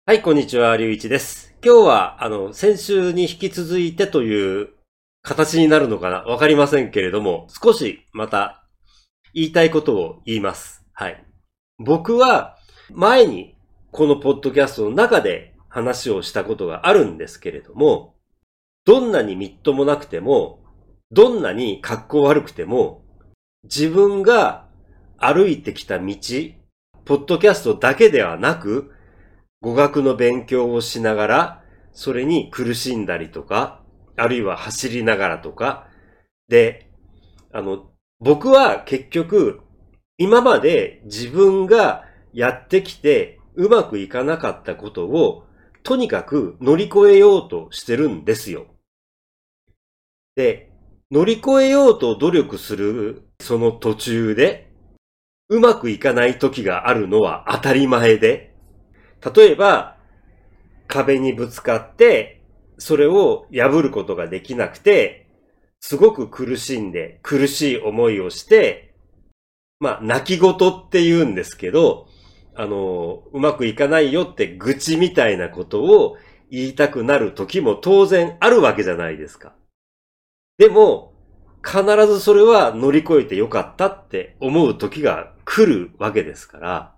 はい、こんにちは、りゅういちです。今日は、先週に引き続いてという形になるのかなわかりませんけれども、少しまた言いたいことを言います。はい。僕は前にこのポッドキャストの中で話をしたことがあるんですけれども、どんなにみっともなくても、どんなに格好悪くても、自分が歩いてきた道、ポッドキャストだけではなく、語学の勉強をしながら、それに苦しんだりとか、あるいは走りながらとか、で、僕は結局、今まで自分がやってきてうまくいかなかったことを、とにかく乗り越えようとしてるんですよ。で、乗り越えようと努力するその途中で、うまくいかない時があるのは当たり前で、例えば、壁にぶつかって、それを破ることができなくて、すごく苦しんで、苦しい思いをして、泣き言って言うんですけど、うまくいかないよって愚痴みたいなことを言いたくなる時も当然あるわけじゃないですか。でも、必ずそれは乗り越えてよかったって思う時が来るわけですから、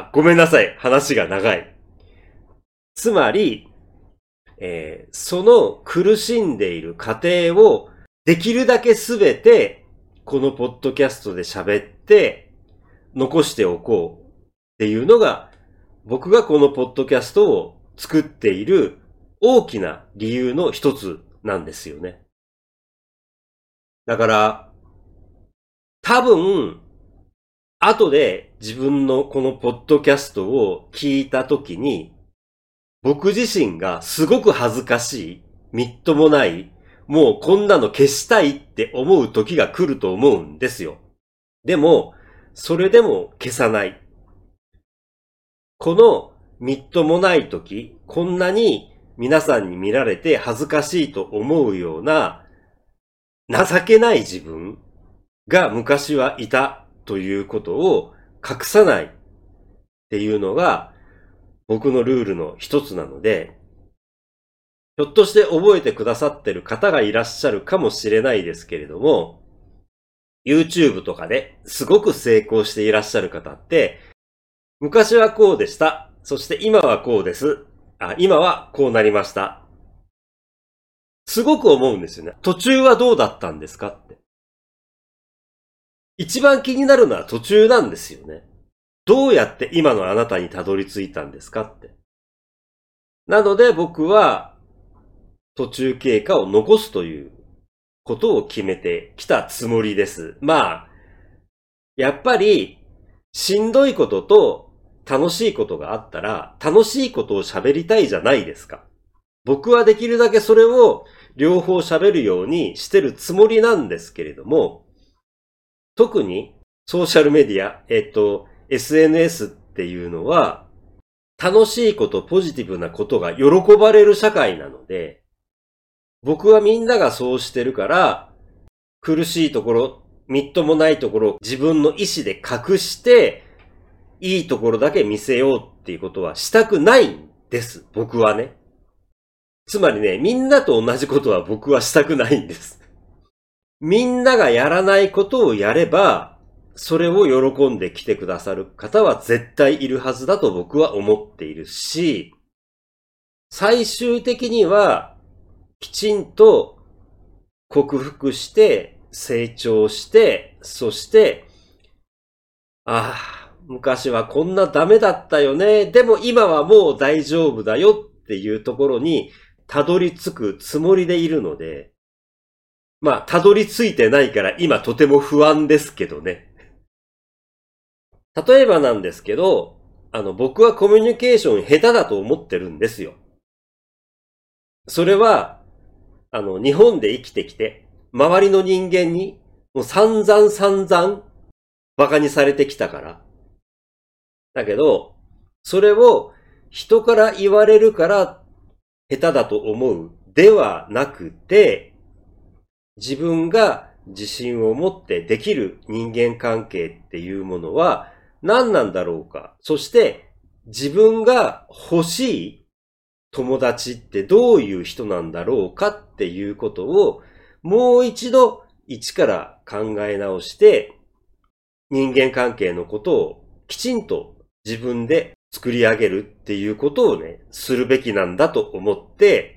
ごめんなさい。話が長い。つまり、その苦しんでいる過程をできるだけすべてこのポッドキャストで喋って残しておこうっていうのが僕がこのポッドキャストを作っている大きな理由の一つなんですよね。だから多分後で自分のこのポッドキャストを聞いたときに僕自身がすごく恥ずかしい、みっともない、もうこんなの消したいって思う時が来ると思うんですよ。でも、それでも消さない。このみっともない時、こんなに皆さんに見られて恥ずかしいと思うような情けない自分が昔はいたということを隠さないっていうのが僕のルールの一つなので、ひょっとして覚えてくださってる方がいらっしゃるかもしれないですけれども、YouTube とかですごく成功していらっしゃる方って、昔はこうでした。そして今はこうです。今はこうなりました。すごく思うんですよね。途中はどうだったんですかって。一番気になるのは途中なんですよね。どうやって今のあなたにたどり着いたんですかって。なので僕は途中経過を残すということを決めてきたつもりです。やっぱり、しんどいことと楽しいことがあったら、楽しいことを喋りたいじゃないですか。僕はできるだけそれを両方喋るようにしてるつもりなんですけれども、特にソーシャルメディア、SNS っていうのは、楽しいこと、ポジティブなことが喜ばれる社会なので、僕はみんながそうしてるから、苦しいところ、みっともないところを自分の意思で隠して、いいところだけ見せようっていうことはしたくないんです。僕はね。つまりね、みんなと同じことは僕はしたくないんです。みんながやらないことをやれば、それを喜んで来てくださる方は絶対いるはずだと僕は思っているし、最終的にはきちんと克服して成長して、そして昔はこんなダメだったよね。でも今はもう大丈夫だよっていうところにたどり着くつもりでいるので、たどり着いてないから今とても不安ですけどね。例えばなんですけど、僕はコミュニケーション下手だと思ってるんですよ。それは、日本で生きてきて、周りの人間にもう散々馬鹿にされてきたから。だけど、それを人から言われるから下手だと思うではなくて、自分が自信を持ってできる人間関係っていうものは何なんだろうか。そして自分が欲しい友達ってどういう人なんだろうかっていうことをもう一度一から考え直して人間関係のことをきちんと自分で作り上げるっていうことをね、するべきなんだと思って、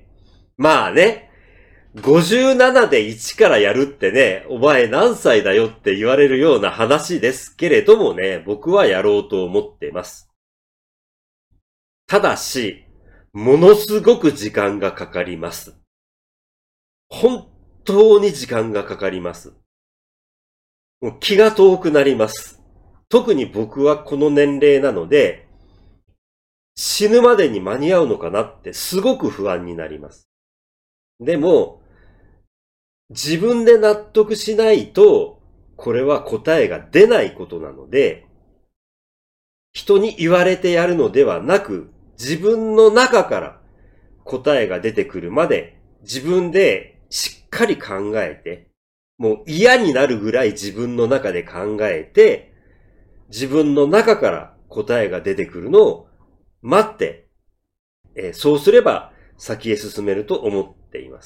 まあね、57で1からやるってね、お前何歳だよって言われるような話ですけれどもね、僕はやろうと思っています。ただし、ものすごく時間がかかります。本当に時間がかかります。もう気が遠くなります。特に僕はこの年齢なので、死ぬまでに間に合うのかなってすごく不安になります。でも、自分で納得しないと、これは答えが出ないことなので、人に言われてやるのではなく、自分の中から答えが出てくるまで、自分でしっかり考えて、もう嫌になるぐらい自分の中で考えて、自分の中から答えが出てくるのを待って、そうすれば先へ進めると思っています。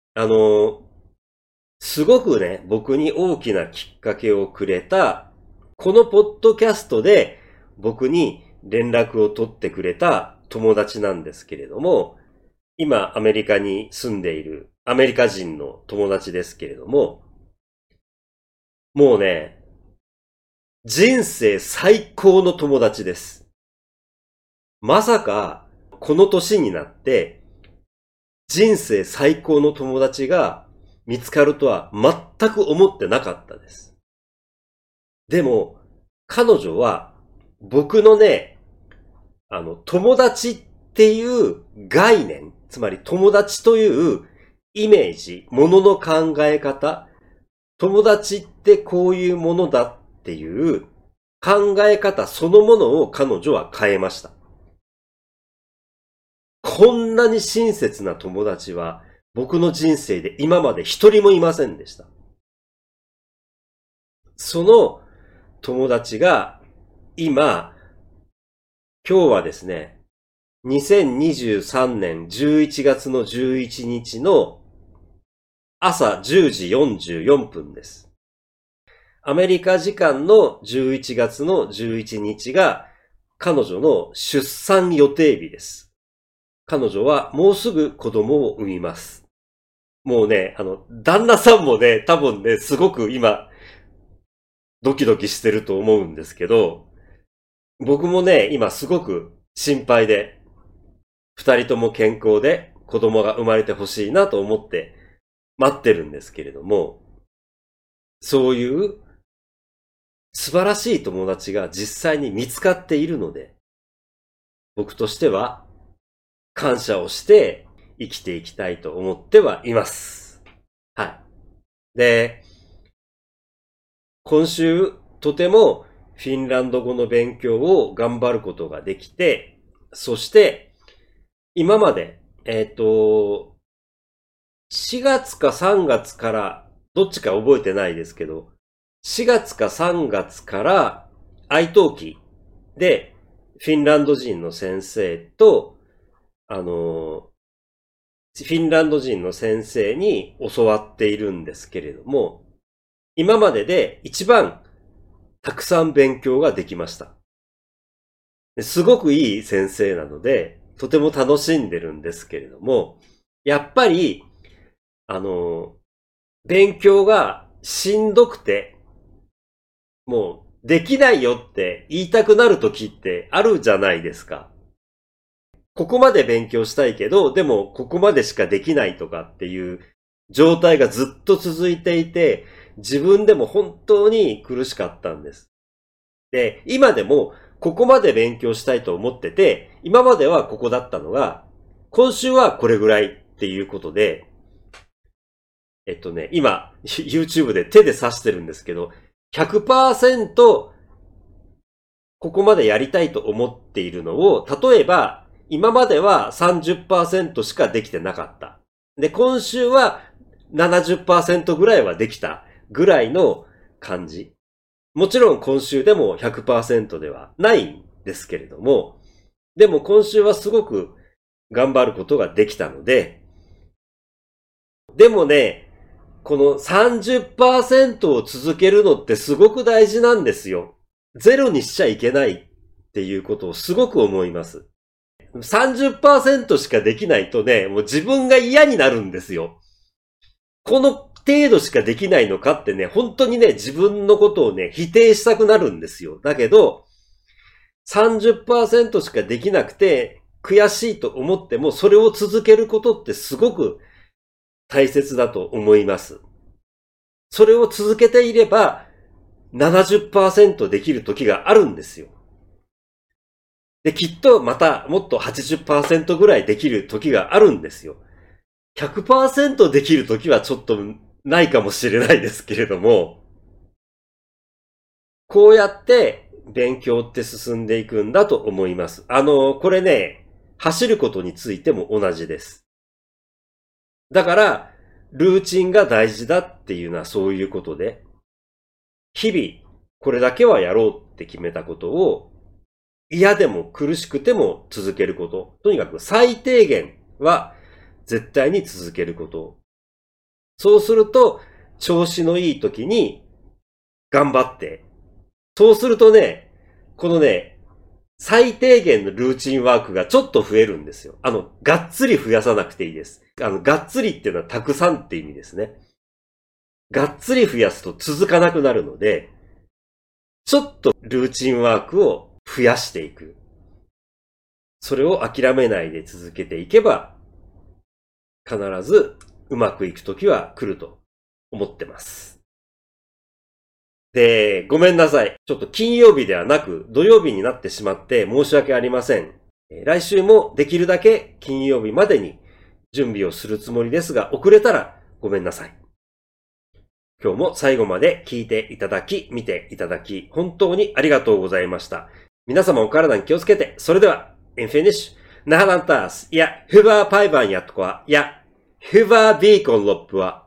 すごくね、僕に大きなきっかけをくれた、このポッドキャストで僕に連絡を取ってくれた友達なんですけれども、今アメリカに住んでいるアメリカ人の友達ですけれども、もうね、人生最高の友達です。まさか、この年になって、人生最高の友達が見つかるとは全く思ってなかったです。でも、彼女は僕のね、友達っていう概念、つまり友達というイメージ、ものの考え方、友達ってこういうものだっていう考え方そのものを彼女は変えました。こんなに親切な友達は僕の人生で今まで一人もいませんでした。その友達が今日はですね、2023年11月の11日の朝10時44分です。アメリカ時間の11月の11日が彼女の出産予定日です。彼女はもうすぐ子供を産みます。もうね、旦那さんもね、多分ね、すごく今、ドキドキしてると思うんですけど、僕もね、今すごく心配で、二人とも健康で子供が生まれてほしいなと思って待ってるんですけれども、そういう素晴らしい友達が実際に見つかっているので、僕としては感謝をして生きていきたいと思ってはいます。はい。で、今週とてもフィンランド語の勉強を頑張ることができて、そして今まで、4月か3月から、どっちか覚えてないですけど、4月か3月から愛登記でフィンランド人の先生と、フィンランド人の先生に教わっているんですけれども、今までで一番たくさん勉強ができました。すごくいい先生なので、とても楽しんでるんですけれども、やっぱり、勉強がしんどくて、もうできないよって言いたくなる時ってあるじゃないですか。ここまで勉強したいけど、でもここまでしかできないとかっていう状態がずっと続いていて、自分でも本当に苦しかったんです。で、今でもここまで勉強したいと思ってて、今まではここだったのが、今週はこれぐらいっていうことで、今、YouTube で手で指してるんですけど、100% ここまでやりたいと思っているのを、例えば、今までは 30% しかできてなかった。で、今週は 70% ぐらいはできたぐらいの感じ。もちろん今週でも 100% ではないんですけれども、 でも今週はすごく頑張ることができたので、でもね、この 30% を続けるのってすごく大事なんですよ。ゼロにしちゃいけないっていうことをすごく思います。30% しかできないとね、もう自分が嫌になるんですよ。この程度しかできないのかってね、本当にね、自分のことをね、否定したくなるんですよ。だけど、30% しかできなくて、悔しいと思っても、それを続けることってすごく大切だと思います。それを続けていれば、70% できる時があるんですよ。で、きっとまたもっと 80% ぐらいできる時があるんですよ。100% できる時はちょっとないかもしれないですけれども、こうやって勉強って進んでいくんだと思います。これね、走ることについても同じです。だから、ルーチンが大事だっていうのはそういうことで、日々これだけはやろうって決めたことを嫌でも苦しくても続けること。とにかく最低限は絶対に続けること。そうすると調子のいい時に頑張って。そうするとね、このね、最低限のルーチンワークがちょっと増えるんですよ。がっつり増やさなくていいです。がっつりっていうのはたくさんって意味ですね。がっつり増やすと続かなくなるので、ちょっとルーチンワークを増やしていく。それを諦めないで続けていけば、必ずうまくいくときは来ると思ってます。で、ごめんなさい。ちょっと金曜日ではなく土曜日になってしまって申し訳ありません。来週もできるだけ金曜日までに準備をするつもりですが、遅れたらごめんなさい。今日も最後まで聞いていただき、見ていただき、本当にありがとうございました。皆様お体に気をつけて、それでは、Infinish, nahalantas, ja, hyvää päivänjatkoa ja hyvää viikonloppua.